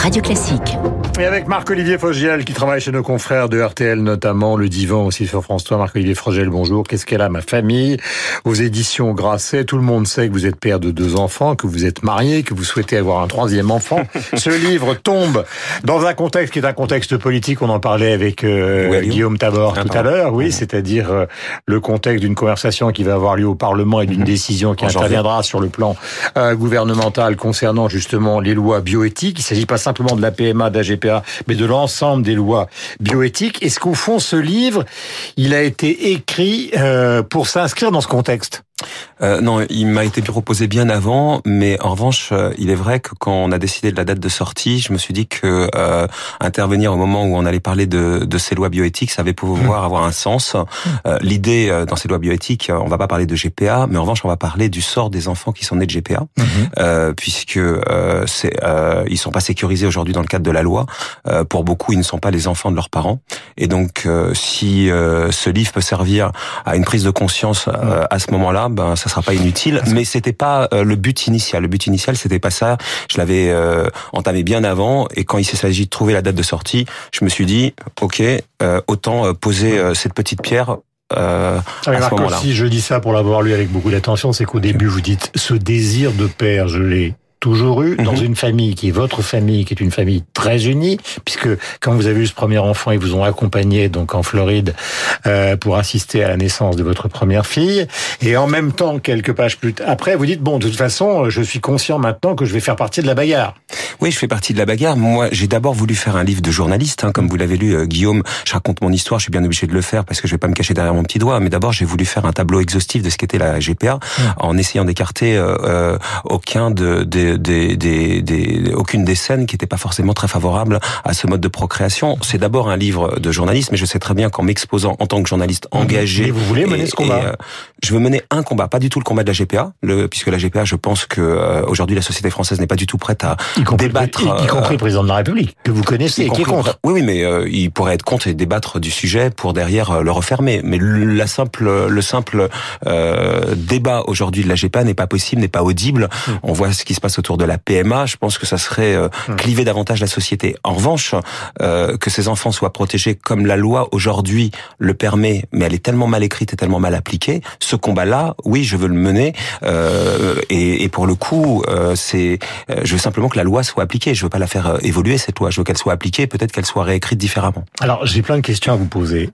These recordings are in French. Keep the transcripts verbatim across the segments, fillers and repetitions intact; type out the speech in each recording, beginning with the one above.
Radio Classique. Et avec Marc-Olivier Fogiel qui travaille chez nos confrères de R T L, notamment Le Divan aussi sur France trois. Marc-Olivier Fogiel, bonjour. Qu'est-ce qu'elle a, ma famille? Aux éditions Grasset, tout le monde sait que vous êtes père de deux enfants, que vous êtes marié, que vous souhaitez avoir un troisième enfant. Ce livre tombe dans un contexte qui est un contexte politique. On en parlait avec euh, oui, Guillaume Tabor ah, tout pardon. à l'heure. Oui, mmh. c'est-à-dire euh, le contexte d'une conversation qui va avoir lieu au Parlement et d'une mmh. décision qui en interviendra janvier. sur le plan euh, gouvernemental concernant justement les lois bioéthiques. Il ne s'agit pas simplement de la P M A, de la G P A, mais de l'ensemble des lois bioéthiques. Est-ce qu'au fond, ce livre, il a été écrit euh, pour s'inscrire dans ce contexte ? Euh, non, il m'a été proposé bien avant, mais en revanche, euh, il est vrai que quand on a décidé de la date de sortie, je me suis dit que euh, intervenir au moment où on allait parler de, de ces lois bioéthiques, ça avait pouvoir mmh. avoir un sens. Euh, l'idée euh, dans ces lois bioéthiques, on va pas parler de G P A, mais en revanche, on va parler du sort des enfants qui sont nés de G P A, mmh. euh, puisque euh, c'est, euh, ils sont pas sécurisés aujourd'hui dans le cadre de la loi. Euh, pour beaucoup, ils ne sont pas les enfants de leurs parents, et donc euh, si euh, ce livre peut servir à une prise de conscience euh, à ce moment-là, ben ça sera pas inutile, mais c'était pas euh, le but initial. Le but initial, c'était pas ça. Je l'avais euh, entamé bien avant, et quand il s'agit de trouver la date de sortie, je me suis dit, ok, euh, autant euh, poser euh, cette petite pierre. Euh, ah, à ce moment-là. Si je dis ça pour l'avoir lu avec beaucoup d'attention, c'est qu'au début vous dites ce désir de père, je l'ai toujours eu dans mmh. une famille qui est votre famille, qui est une famille très unie, puisque quand vous avez eu ce premier enfant, ils vous ont accompagné donc en Floride euh, pour assister à la naissance de votre première fille, et en même temps, quelques pages plus t- après, vous dites bon, de toute façon, je suis conscient maintenant que je vais faire partie de la bagarre. Oui, je fais partie de la bagarre. Moi, j'ai d'abord voulu faire un livre de journaliste, hein, comme vous l'avez lu, euh, Guillaume. Je raconte mon histoire, je suis bien obligé de le faire parce que je vais pas me cacher derrière mon petit doigt. Mais d'abord, j'ai voulu faire un tableau exhaustif de ce qu'était la G P A, mmh. en essayant d'écarter euh, euh, aucun de, de Des, des, des, aucune des scènes qui n'étaient pas forcément très favorables à ce mode de procréation. C'est d'abord un livre de journaliste, mais je sais très bien qu'en m'exposant en tant que journaliste engagé... Mais vous voulez mener et, ce combat et, euh, je veux mener un combat, pas du tout le combat de la G P A, le, puisque la G P A, je pense que euh, aujourd'hui la société française n'est pas du tout prête à y compris, débattre... Y, y compris le président de la République, que vous connaissez et qui est contre. Oui, oui, mais euh, il pourrait être contre et débattre du sujet pour derrière euh, le refermer. Mais la simple, le simple euh, débat aujourd'hui de la G P A n'est pas possible, n'est pas audible. Mmh. On voit ce qui se passe autour de la P M A, je pense que ça serait euh, cliver davantage la société. En revanche, euh, que ces enfants soient protégés comme la loi aujourd'hui le permet, mais elle est tellement mal écrite et tellement mal appliquée, ce combat-là, oui, je veux le mener, euh, et, et pour le coup, euh, c'est, euh, je veux simplement que la loi soit appliquée, je veux pas la faire évoluer, cette loi, je veux qu'elle soit appliquée, peut-être qu'elle soit réécrite différemment. Alors, j'ai plein de questions à vous poser.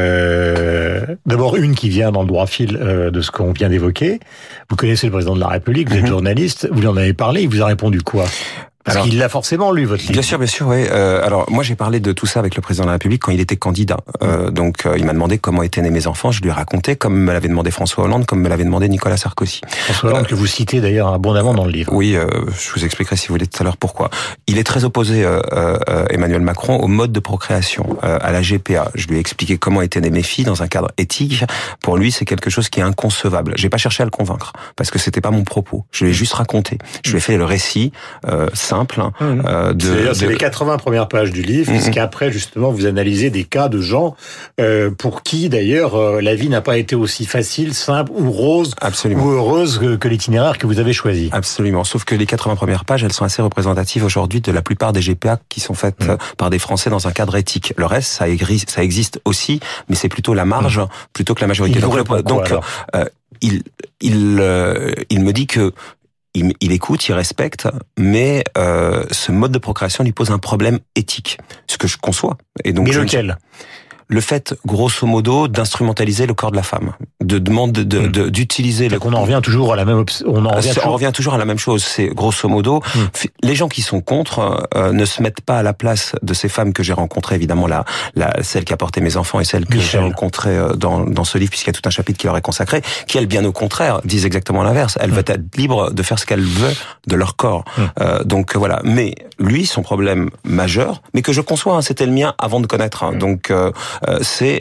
Euh, d'abord, une qui vient dans le droit fil euh, de ce qu'on vient d'évoquer. Vous connaissez le président de la République, vous êtes mm-hmm. journaliste, vous lui en avez parlé, il vous a répondu quoi ? Parce alors, qu'il l'a forcément lu, votre livre. Bien sûr, bien sûr, oui. Euh, alors, moi, j'ai parlé de tout ça avec le président de la République quand il était candidat. Euh, donc, euh, il m'a demandé comment étaient nés mes enfants. Je lui ai raconté, comme me l'avait demandé François Hollande, comme me l'avait demandé Nicolas Sarkozy. François Hollande, euh, que vous citez d'ailleurs abondamment dans le livre. Oui, euh, je vous expliquerai si vous voulez tout à l'heure pourquoi. Il est très opposé, euh, euh, Emmanuel Macron, au mode de procréation, euh, à la G P A. Je lui ai expliqué comment étaient nées mes filles dans un cadre éthique. Pour lui, c'est quelque chose qui est inconcevable. J'ai pas cherché à le convaincre, parce que c'était pas mon propos. Je lui ai juste raconté. Je lui ai fait le récit, euh, simple, hein, mmh. De, c'est, c'est de... les quatre-vingts premières pages du livre, mmh. puisqu'après, justement, vous analysez des cas de gens euh, pour qui, d'ailleurs, euh, la vie n'a pas été aussi facile, simple ou rose Absolument. ou heureuse que, que l'itinéraire que vous avez choisi. Absolument. Sauf que les quatre-vingts premières pages, elles sont assez représentatives aujourd'hui de la plupart des G P A qui sont faites mmh. par des Français dans un cadre éthique. Le reste, ça, égris, ça existe aussi, mais c'est plutôt la marge mmh. plutôt que la majorité. Il donc, quoi, donc euh, il, il, euh, il me dit que Il, il écoute, il respecte, mais euh, ce mode de procréation lui pose un problème éthique, ce que je conçois. Et donc, mais je lequel ? Le fait, grosso modo, d'instrumentaliser le corps de la femme, de demander, de, de, d'utiliser. C'est le... qu'on en revient toujours à la même. On en revient. On toujours... revient toujours à la même chose. C'est grosso modo, hum. les gens qui sont contre euh, ne se mettent pas à la place de ces femmes que j'ai rencontrées. Évidemment, la, la celle qui a porté mes enfants et celle que Michel. j'ai rencontrées dans dans ce livre, puisqu'il y a tout un chapitre qui leur est consacré, qui elles, bien au contraire, disent exactement l'inverse. Elles hum. veulent être libres de faire ce qu'elles veulent de leur corps. Hum. Euh, donc voilà. Mais lui, son problème majeur, mais que je conçois, hein, c'était le mien avant de connaître. Hein, hum. Donc euh, c'est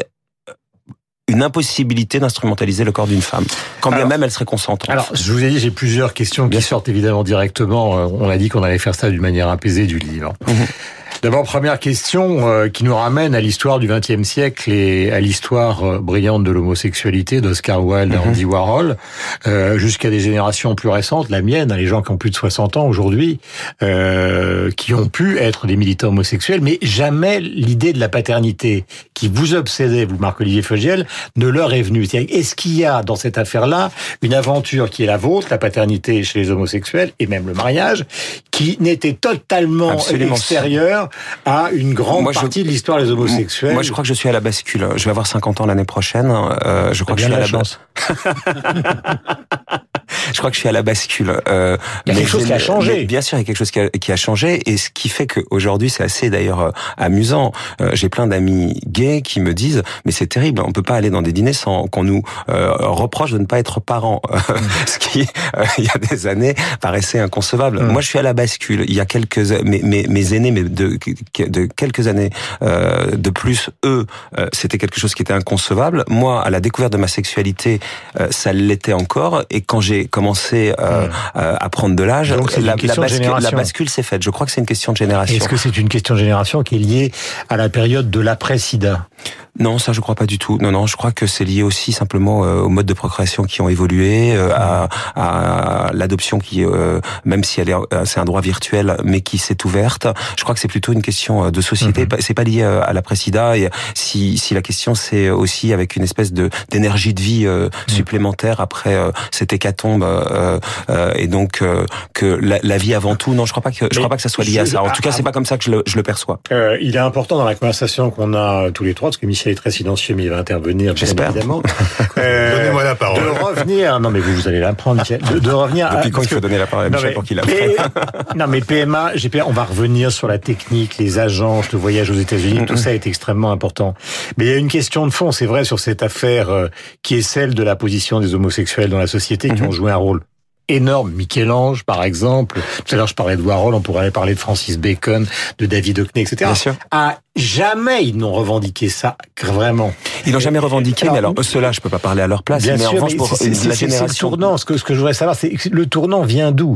une impossibilité d'instrumentaliser le corps d'une femme, quand bien alors, même elle serait consentante. Alors, je vous ai dit, j'ai plusieurs questions qui bien sortent évidemment directement. On a dit qu'on allait faire ça d'une manière apaisée du livre. Mmh. D'abord, première question euh, qui nous ramène à l'histoire du vingtième siècle et à l'histoire euh, brillante de l'homosexualité d'Oscar Wilde et mm-hmm. Andy Warhol, euh, jusqu'à des générations plus récentes, la mienne, les gens qui ont plus de soixante ans aujourd'hui, euh, qui ont pu être des militants homosexuels, mais jamais l'idée de la paternité qui vous obsédait, vous, Marc-Olivier Fogiel, ne leur est venue. C'est-à-dire, est-ce qu'il y a dans cette affaire-là une aventure qui est la vôtre, la paternité chez les homosexuels, et même le mariage, qui n'était totalement Absolument. extérieure à une grande moi, je, de l'histoire des homosexuels. Moi, je crois que je suis à la bascule. Je vais avoir cinquante ans l'année prochaine. Euh, je crois que je suis à la chance. Je crois que je suis à la bascule. Euh, il y a quelque chose qui a changé. Bien sûr, il y a quelque chose qui a, qui a changé, et ce qui fait qu'aujourd'hui, c'est assez d'ailleurs euh, amusant. Euh, j'ai plein d'amis gays qui me disent, mais c'est terrible, on peut pas aller dans des dîners sans qu'on nous euh, reproche de ne pas être parents. Mm. Ce qui, euh, il y a des années, paraissait inconcevable. Mm. Moi, je suis à la bascule. Il y a quelques, mes, mes, mes aînés, mais de, de quelques années euh, de plus, eux, euh, c'était quelque chose qui était inconcevable. Moi, à la découverte de ma sexualité, euh, ça l'était encore, et quand j'ai commencé euh, mmh. à prendre de l'âge, la, la, bascule, la bascule s'est faite. Je crois que c'est une question de génération. Est-ce que c'est une question de génération qui est liée à la période de l'après-sida ? Non, ça je crois pas du tout. Non, non, je crois que c'est lié aussi simplement euh, aux modes de procréation qui ont évolué, euh, à, à l'adoption qui, euh, même si elle est, c'est un droit virtuel, mais qui s'est ouverte. Je crois que c'est plutôt une question de société. Mm-hmm. C'est pas lié à l'après-sida. Et si, si la question c'est aussi avec une espèce de d'énergie de vie euh, mm. supplémentaire après euh, cette hécatombe, euh, euh, et donc euh, que la, la vie avant tout. Non, je crois pas que je crois pas que ça soit lié à ça. En tout cas, c'est pas comme ça que je le, je le perçois. Euh, il est important dans la conversation qu'on a tous les trois, parce que Michel est très silencieux, mais il va intervenir, bien J'espère. évidemment. Euh, Donnez-moi la parole. De revenir, non mais vous, vous allez la prendre, Michel. De, de revenir. Depuis à, quand il faut que, donner la parole à Michel mais, pour qu'il la prenne? Non mais P M A, G P A, on va revenir sur la technique, les agences, le voyage aux États-Unis, mm-hmm. tout ça est extrêmement important. Mais il y a une question de fond, c'est vrai, sur cette affaire euh, qui est celle de la position des homosexuels dans la société, mm-hmm. qui ont joué un rôle énorme. Michel-Ange, par exemple. Tout à l'heure, je parlais de Warhol, on pourrait parler de Francis Bacon, de David Hockney, et cetera. Bien sûr. À jamais, ils n'ont revendiqué ça, vraiment. Ils n'ont jamais revendiqué, alors, mais alors, ceux-là, je peux pas parler à leur place. Bien mais sûr, en revanche, mais pour c'est, la c'est, génération... c'est le tournant. Ce que, ce que je voudrais savoir, c'est le tournant vient d'où?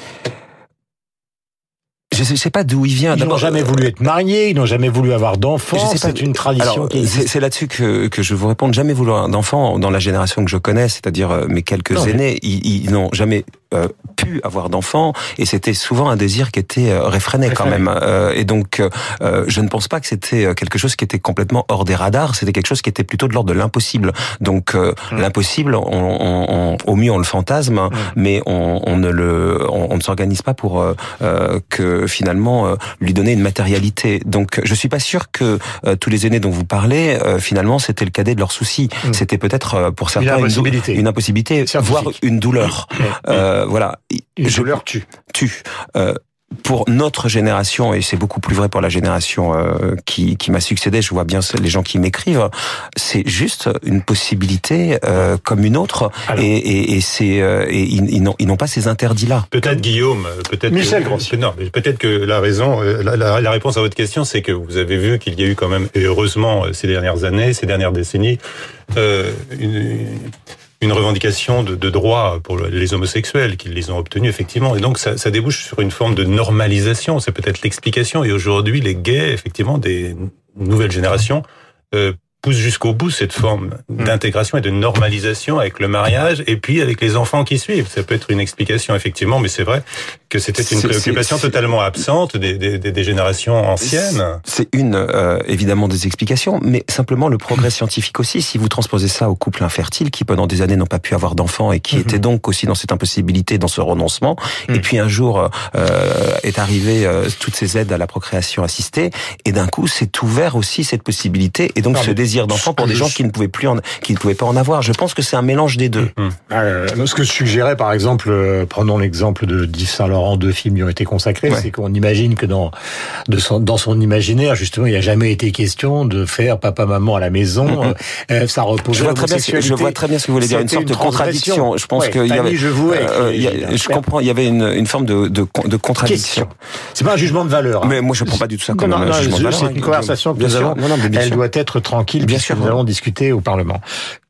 Je sais, sais pas d'où il vient. Ils n'ont jamais voulu être mariés, ils n'ont jamais voulu avoir d'enfants. C'est pas... une tradition Alors, qui existe. C'est, c'est là-dessus que, que je vous réponds. Jamais voulu avoir d'enfants dans la génération que je connais, c'est-à-dire mes quelques non, aînés, mais... ils, ils n'ont jamais euh, pu avoir d'enfants, et c'était souvent un désir qui était euh, réfréné, réfréné quand même. Euh, et donc, euh, je ne pense pas que c'était quelque chose qui était complètement hors des radars. C'était quelque chose qui était plutôt de l'ordre de l'impossible. Donc, euh, mmh. l'impossible, on, on, on, au mieux on le fantasme, mmh. mais on, on ne le, on, on ne s'organise pas pour euh, que finalement euh, lui donner une matérialité. Donc, je suis pas sûr que euh, tous les aînés dont vous parlez, euh, finalement, c'était le cadet de leurs soucis. Mmh. C'était peut-être euh, pour certains une impossibilité, une, une impossibilité, voire une douleur. Mmh. Euh, voilà. Une je, douleur tue. Tue. Euh, Pour notre génération, et c'est beaucoup plus vrai pour la génération euh, qui, qui m'a succédé, je vois bien les gens qui m'écrivent, c'est juste une possibilité euh, comme une autre, alors, et, et, et c'est euh, et ils, ils, n'ont, ils n'ont pas ces interdits-là. Peut-être Guillaume, peut-être Michel que, non, peut-être que la raison, la, la, la réponse à votre question, c'est que vous avez vu qu'il y a eu quand même, et heureusement ces dernières années, ces dernières décennies, euh, une, une revendication de, de droits pour les homosexuels, qu'ils les ont obtenus effectivement, et donc ça, ça débouche sur une forme de normalisation. C'est peut-être l'explication. Et aujourd'hui, les gays, effectivement, des nouvelles générations, euh, pousse jusqu'au bout cette forme d'intégration et de normalisation avec le mariage et puis avec les enfants qui suivent. Ça peut être une explication, effectivement, mais c'est vrai que c'était une c'est, préoccupation c'est, c'est, totalement absente des, des, des générations anciennes. C'est une, euh, évidemment, des explications, mais simplement le progrès scientifique aussi. Si vous transposez ça aux couples infertiles qui, pendant des années, n'ont pas pu avoir d'enfants et qui mm-hmm. étaient donc aussi dans cette impossibilité, dans ce renoncement, mm. et puis un jour euh, est arrivé euh, toutes ces aides à la procréation assistée, et d'un coup, c'est ouvert aussi cette possibilité, et donc non, ce désir d'enfants pour des gens qui ne pouvaient plus en, qui ne pouvaient pas en avoir. Je pense que c'est un mélange des deux. Mmh. Euh, ce que je suggérais, par exemple, euh, prenons l'exemple de Yves Saint-Laurent, deux films lui ont été consacrés, ouais. c'est qu'on imagine que dans, de son, dans son imaginaire, justement, il n'y a jamais été question de faire papa-maman à la maison. Mmh. Euh, ça repose je vois très bien ce, Je vois très bien ce que vous voulez dire, une sorte une de contradiction. Je pense ouais, qu'il y avait, je, vouais, euh, il y a, je comprends, il y avait une, une forme de, de, de contradiction. Question. C'est pas un jugement de valeur. Hein. Mais moi, je prends pas du tout ça comme non, un non, jugement je, de valeur. C'est une conversation que nous avons. Elle doit être tranquille. Bien sûr, nous allons discuter au Parlement.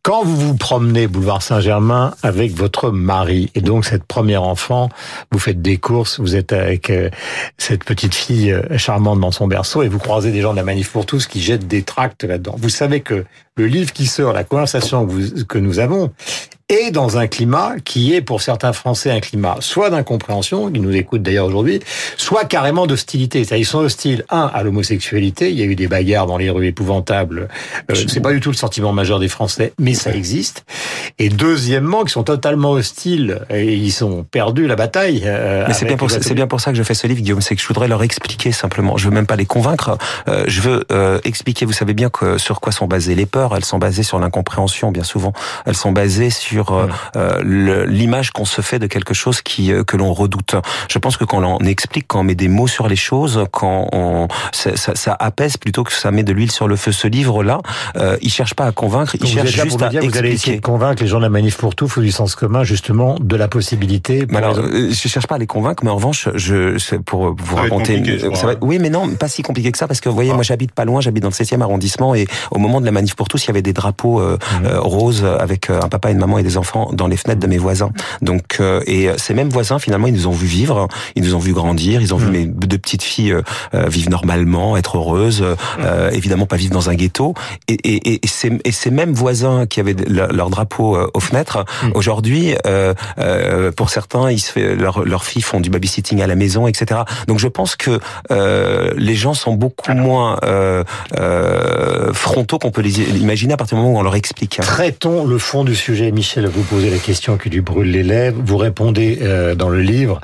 Quand vous vous promenez boulevard Saint-Germain avec votre mari, et donc cette première enfant, vous faites des courses, vous êtes avec euh, cette petite fille euh, charmante dans son berceau, et vous croisez des gens de la Manif pour tous qui jettent des tracts là-dedans. Vous savez que le livre qui sort, la conversation que, vous, que nous avons, est dans un climat qui est pour certains Français un climat soit d'incompréhension, ils nous écoutent d'ailleurs aujourd'hui, soit carrément d'hostilité. C'est-à-dire ils sont hostiles, un, à l'homosexualité, il y a eu des bagarres dans les rues épouvantables, euh, c'est pas du tout le sentiment majeur des Français, mais ça existe. Et deuxièmement, ils sont totalement hostiles, et ils sont perdus la bataille. Euh, mais c'est bien, pour, c'est bien pour ça que je fais ce livre, Guillaume, c'est que je voudrais leur expliquer simplement, je veux même pas les convaincre, euh, je veux euh, expliquer, vous savez bien que sur quoi sont basées les peurs, elles sont basées sur l'incompréhension, bien souvent, elles sont basées sur Euh, euh, le, l'image qu'on se fait de quelque chose qui euh, que l'on redoute. Je pense que quand on explique, quand on met des mots sur les choses, quand on ça, ça, ça apaise plutôt que ça met de l'huile sur le feu. Ce livre-là, euh, il cherche pas à convaincre, il Donc cherche vous juste à dire, expliquer. Vous allez essayer de convaincre les gens de la Manif pour tous ou du Sens commun justement de la possibilité. Pour alors, les... je cherche pas à les convaincre, mais en revanche, je c'est pour vous ça raconter. Une, ça va, oui, mais non, pas si compliqué que ça, parce que vous voyez, ah. moi j'habite pas loin, j'habite dans le septième arrondissement, et au moment de la Manif pour tous, il y avait des drapeaux euh, mmh. euh, roses avec un papa, une maman et des enfants dans les fenêtres de mes voisins. Donc, euh, et ces mêmes voisins, finalement, ils nous ont vu vivre, ils nous ont vu grandir, ils ont mmh. vu mes deux petites filles euh, vivre normalement, être heureuses, euh, évidemment pas vivre dans un ghetto. Et, et, et, ces, et ces mêmes voisins qui avaient leur, leur drapeau euh, aux fenêtres, mmh. aujourd'hui, euh, euh, pour certains, ils se fait, leur, leurs filles font du babysitting à la maison, et cetera. Donc, je pense que euh, les gens sont beaucoup moins euh, euh, frontaux qu'on peut les imaginer à partir du moment où on leur explique. Traitons le fond du sujet. Michel, vous posez la question qui lui brûle les lèvres. Vous répondez euh, dans le livre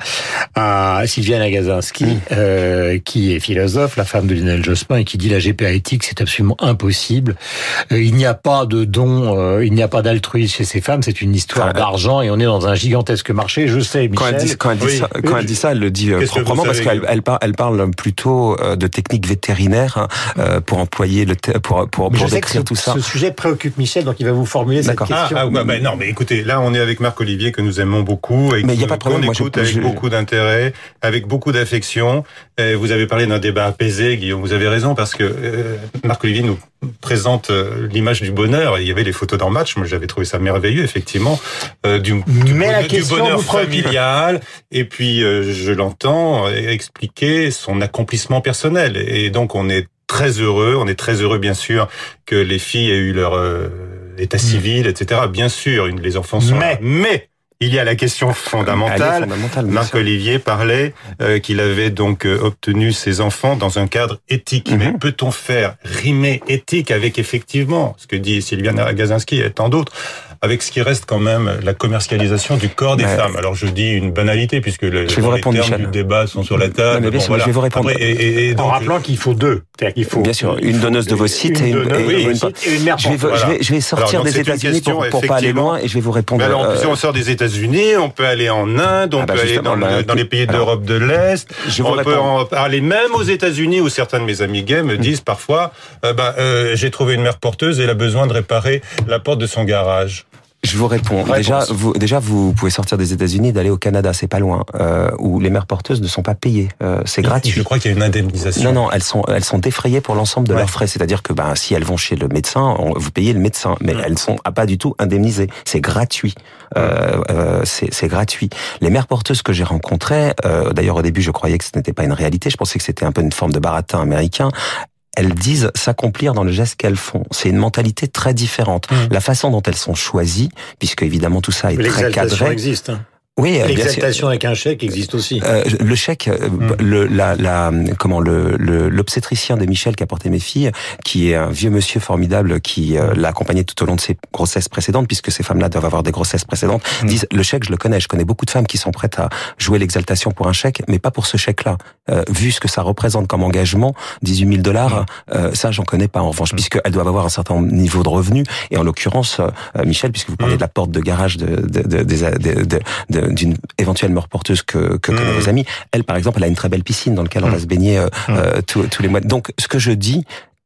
à Sylviane Agacinski, mmh. euh, qui est philosophe, la femme de Lionel Jospin, et qui dit la G P A éthique, c'est absolument impossible. Euh, il n'y a pas de don, euh, il n'y a pas d'altruisme chez ces femmes. C'est une histoire ah, d'argent et on est dans un gigantesque marché. Je sais, Michel. Quand elle dit, quand elle dit, oui. ça, quand elle, dit ça, elle le dit euh, proprement parce qu'elle elle parle, elle parle plutôt euh, de techniques vétérinaires hein, euh, pour employer le te- pour pour, pour décrire tout ça. Ce sujet préoccupe Michel, donc il va vous formuler D'accord. cette question. Ah, ah bah, bah, non, mais écoutez, là on est avec Marc Olivier que nous aimons beaucoup et mais il y a pas de problème. qu'on Moi, écoute je, avec je... beaucoup d'intérêt, avec beaucoup d'affection. Et vous avez parlé d'un débat apaisé, Guillaume. Vous avez raison parce que euh, Marc Olivier nous présente euh, l'image du bonheur. Il y avait les photos dans le match. Moi, j'avais trouvé ça merveilleux, effectivement, euh, du, du, mais bonheur, la du bonheur familial. Et puis, euh, je l'entends expliquer son accomplissement personnel. Et donc, on est très heureux. On est très heureux, bien sûr, que les filles aient eu leur euh, état civil, mmh. et cetera. Bien sûr, les enfants sont mais, là. Mais il y a la question fondamentale. fondamentale Marc Olivier parlait euh, qu'il avait donc euh, obtenu ses enfants dans un cadre éthique. Mm-hmm. Mais peut-on faire rimer éthique avec effectivement ce que dit Sylviane Agacinski et tant d'autres, avec ce qui reste quand même la commercialisation du corps des ouais. femmes. Alors je dis une banalité puisque le, je vais vous les répondre, termes Michel. du débat sont sur la table. Non, mais bien bon, sûr, voilà. je vais vous répondre. Après, et, et, et donc, en rappelant qu'il faut deux. C'est-à-dire qu'il faut bien sûr une donneuse de vos sites et une, donneuse, et, oui, et, une, et une mère. Je vais, voilà. je vais, je vais sortir alors, des États-Unis pour, pour pas aller loin et je vais vous répondre. Mais alors, euh, si on sort des États-Unis, on peut aller en Inde, on ah bah peut aller dans, bah, le, dans les pays alors, d'Europe de l'Est. Je on vous peut en aller même aux États-Unis où certains de mes amis gays me disent parfois, euh, bah, euh, j'ai trouvé une mère porteuse et elle a besoin de réparer la porte de son garage. Je vous réponds. Réponse. Déjà, vous, déjà, vous pouvez sortir des États-Unis et d'aller au Canada, c'est pas loin, euh, où les mères porteuses ne sont pas payées, euh, c'est gratuit. Je crois qu'il y a une indemnisation. Non, non, elles sont, elles sont défrayées pour l'ensemble de ouais. leurs frais. C'est-à-dire que, ben, si elles vont chez le médecin, on, vous payez le médecin, mais ouais. elles sont pas du tout indemnisées. C'est gratuit. Ouais. Euh, euh, c'est, c'est gratuit. Les mères porteuses que j'ai rencontrées, euh, d'ailleurs au début, je croyais que ce n'était pas une réalité. Je pensais que c'était un peu une forme de baratin américain. Elles disent s'accomplir dans le geste qu'elles font. C'est une mentalité très différente. Mmh. La façon dont elles sont choisies, puisque évidemment tout ça est très cadré. L'exaltation existe. Hein. Oui, l'exaltation avec un chèque existe aussi. Euh, le chèque, mmh. le, la, la, comment le, le, l'obstétricien de Michel qui a porté mes filles, qui est un vieux monsieur formidable qui euh, l'a accompagné tout au long de ses grossesses précédentes, puisque ces femmes-là doivent avoir des grossesses précédentes, mmh. disent le chèque, je le connais. Je connais beaucoup de femmes qui sont prêtes à jouer l'exaltation pour un chèque, mais pas pour ce chèque-là. Euh, vu ce que ça représente comme engagement, dix-huit mille dollars, mmh. euh, ça j'en connais pas en revanche, mmh. puisqu'elles doivent avoir un certain niveau de revenus. Et en l'occurrence, euh, Michel, puisque vous parlez mmh. de la porte de garage de, de, de, de, de, de, de d'une éventuelle mort porteuse que, que mmh. connaissent vos amis. Elle, par exemple, elle a une très belle piscine dans laquelle on mmh. va se baigner euh, mmh. euh, tous, tous les mois. Donc, ce que je dis, et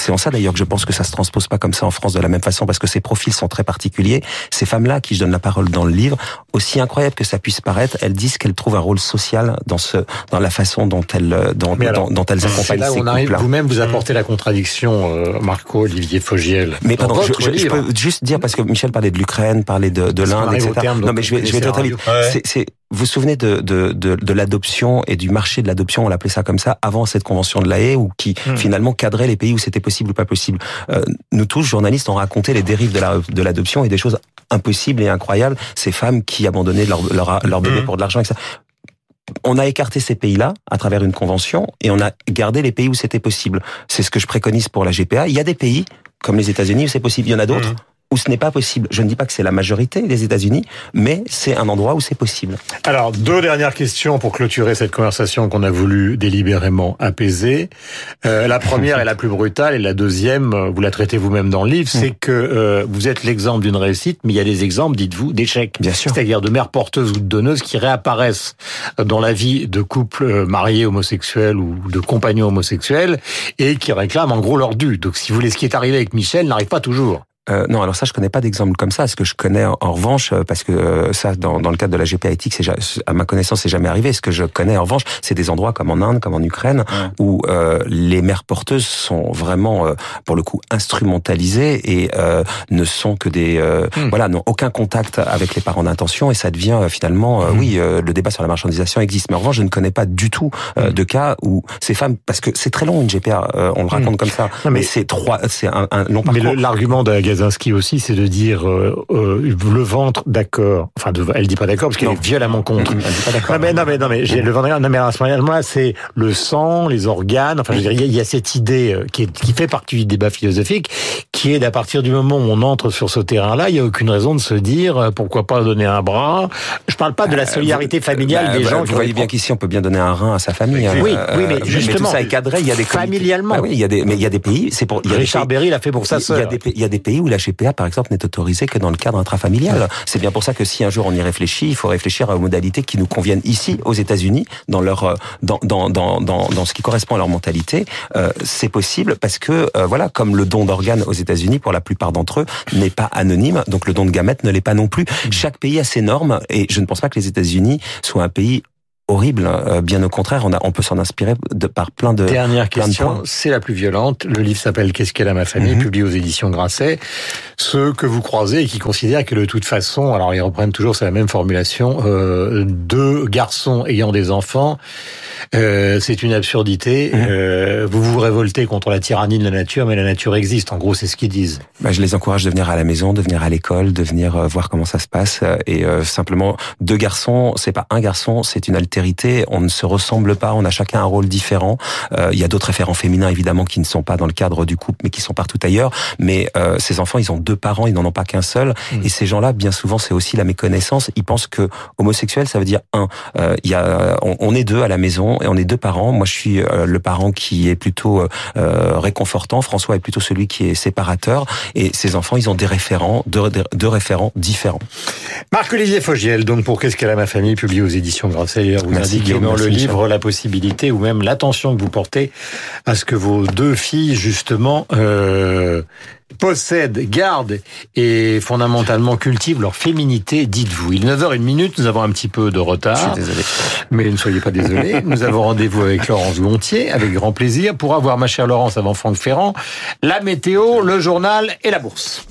c'est en ça d'ailleurs que je pense que ça se transpose pas comme ça en France de la même façon, parce que ces profils sont très particuliers. Ces femmes-là, qui je donne la parole dans le livre, aussi incroyable que ça puisse paraître, elles disent qu'elles trouvent un rôle social dans ce, dans la façon dont elles, dont, alors, dont, dont elles accompagnent là ces on arrive, couples. vous-même vous apportez la contradiction, euh, Marco Olivier Fogiel. Mais pardon, je, je, je peux juste dire, parce que Michel parlait de l'Ukraine, parlait de, de l'Inde, et cetera. Non, mais je vais, je vais très très vite. Ouais. C'est, c'est, vous vous souvenez de, de, de, de l'adoption et du marché de l'adoption, on l'appelait ça comme ça, avant cette convention de La Haye, ou qui mmh. finalement cadrait les pays où c'était possible ou pas possible. Euh, nous tous, journalistes, on racontait les dérives de, la, de l'adoption et des choses impossibles et incroyables. Ces femmes qui abandonnaient leur, leur, leur bébé mmh. pour de l'argent, et cetera. On a écarté ces pays-là à travers une convention et on a gardé les pays où c'était possible. C'est ce que je préconise pour la G P A. Il y a des pays, comme les États-Unis, où c'est possible. Il y en a d'autres mmh. où ce n'est pas possible. Je ne dis pas que c'est la majorité des États-Unis, mais c'est un endroit où c'est possible. Alors, deux dernières questions pour clôturer cette conversation qu'on a voulu délibérément apaiser. Euh, la première est la plus brutale, et la deuxième, vous la traitez vous-même dans le livre, c'est que euh, vous êtes l'exemple d'une réussite, mais il y a des exemples, dites-vous, d'échecs. Bien sûr. C'est-à-dire de mères porteuses ou de donneuses qui réapparaissent dans la vie de couples mariés homosexuels ou de compagnons homosexuels et qui réclament en gros leur dû. Donc, si vous voulez, ce qui est arrivé avec Michel n'arrive pas toujours. Euh, non, alors ça, je connais pas d'exemple comme ça. Ce que je connais, en, en revanche, parce que euh, ça, dans, dans le cadre de la G P A éthique, c'est, à ma connaissance, c'est jamais arrivé. Ce que je connais, en revanche, c'est des endroits comme en Inde, comme en Ukraine, ouais. où euh, les mères porteuses sont vraiment, euh, pour le coup, instrumentalisées et euh, ne sont que des, euh, mmh. voilà, n'ont aucun contact avec les parents d'intention, et ça devient euh, finalement, euh, mmh. oui, euh, le débat sur la marchandisation existe. Mais en revanche, je ne connais pas du tout euh, mmh. de cas où ces femmes, parce que c'est très long une G P A, euh, on le raconte mmh. comme ça, non, mais, mais c'est trois, c'est un, un long parcours. Mais le, l'argument de Gazinski aussi, c'est de dire euh, euh, le ventre, d'accord. Enfin, de, elle dit pas d'accord parce qu'elle non. est violemment contre. Elle dit pas d'accord. Non mais non mais non mais j'ai le ventre. Non mais à ce moment-là, c'est le sang, les organes. Enfin, je veux dire, il y a, il y a cette idée qui, est, qui fait partie du débat philosophique, qui est d'à partir du moment où on entre sur ce terrain-là, il y a aucune raison de se dire pourquoi pas donner un bras. Je parle pas de la solidarité familiale bah, des bah, gens. Vous qui voyez bien qu'ici, on peut bien donner un rein à sa famille. Oui, euh, oui, mais justement, mais tout ça est cadré. Il y a des familialement. Bah oui, il y a des, mais il y a des pays. C'est pour. Il y a Richard Berry l'a fait pour sa sœur. Il y a des, il y a des pays où la G P A, par exemple, n'est autorisée que dans le cadre intrafamilial. Ouais. C'est bien pour ça que si un jour on y réfléchit, il faut réfléchir aux modalités qui nous conviennent ici, aux États-Unis, dans leur, dans, dans, dans, dans, dans ce qui correspond à leur mentalité. Euh, c'est possible parce que, euh, voilà, comme le don d'organes aux États-Unis, pour la plupart d'entre eux, n'est pas anonyme, donc le don de gamètes ne l'est pas non plus. Mmh. Chaque pays a ses normes, et je ne pense pas que les États-Unis soient un pays horrible, euh, bien au contraire, on a, on peut s'en inspirer de par plein de. Dernière plein question, de c'est la plus violente. Le livre s'appelle Qu'est-ce qu'elle a ma famille, mm-hmm. publié aux éditions Grasset. Ceux que vous croisez et qui considèrent que de toute façon, alors ils reprennent toujours c'est la même formulation, euh, deux garçons ayant des enfants, euh, c'est une absurdité. Mm-hmm. Euh, vous vous révoltez contre la tyrannie de la nature, mais la nature existe. En gros, c'est ce qu'ils disent. Bah, je les encourage de venir à la maison, de venir à l'école, de venir euh, voir comment ça se passe. Et euh, simplement, deux garçons, c'est pas un garçon, c'est une altérité. On ne se ressemble pas, on a chacun un rôle différent. Euh, il y a d'autres référents féminins évidemment qui ne sont pas dans le cadre du couple, mais qui sont partout ailleurs. Mais euh, ces enfants, ils ont deux parents, ils n'en ont pas qu'un seul. Mmh. Et ces gens-là, bien souvent, c'est aussi la méconnaissance. Ils pensent que homosexuel, ça veut dire un. Euh, il y a, on, on est deux à la maison et on est deux parents. Moi, je suis euh, le parent qui est plutôt euh, réconfortant. François est plutôt celui qui est séparateur. Et ces enfants, ils ont des référents, deux, deux référents différents. Marc-Olivier Fogiel, donc pour Qu'est-ce qu'elle a ma famille, publié aux éditions Grasset. Vous merci, indiquez Guillaume, dans merci, le livre Michel. La possibilité ou même l'attention que vous portez à ce que vos deux filles, justement, euh, possèdent, gardent et fondamentalement cultivent leur féminité, dites-vous. Il est neuf heures une minute, nous avons un petit peu de retard. Je suis désolé. Mais ne soyez pas désolés. Nous avons rendez-vous avec Laurence Gontier, avec grand plaisir, pour avoir, ma chère Laurence, avant Franck Ferrand, la météo, le journal et la bourse.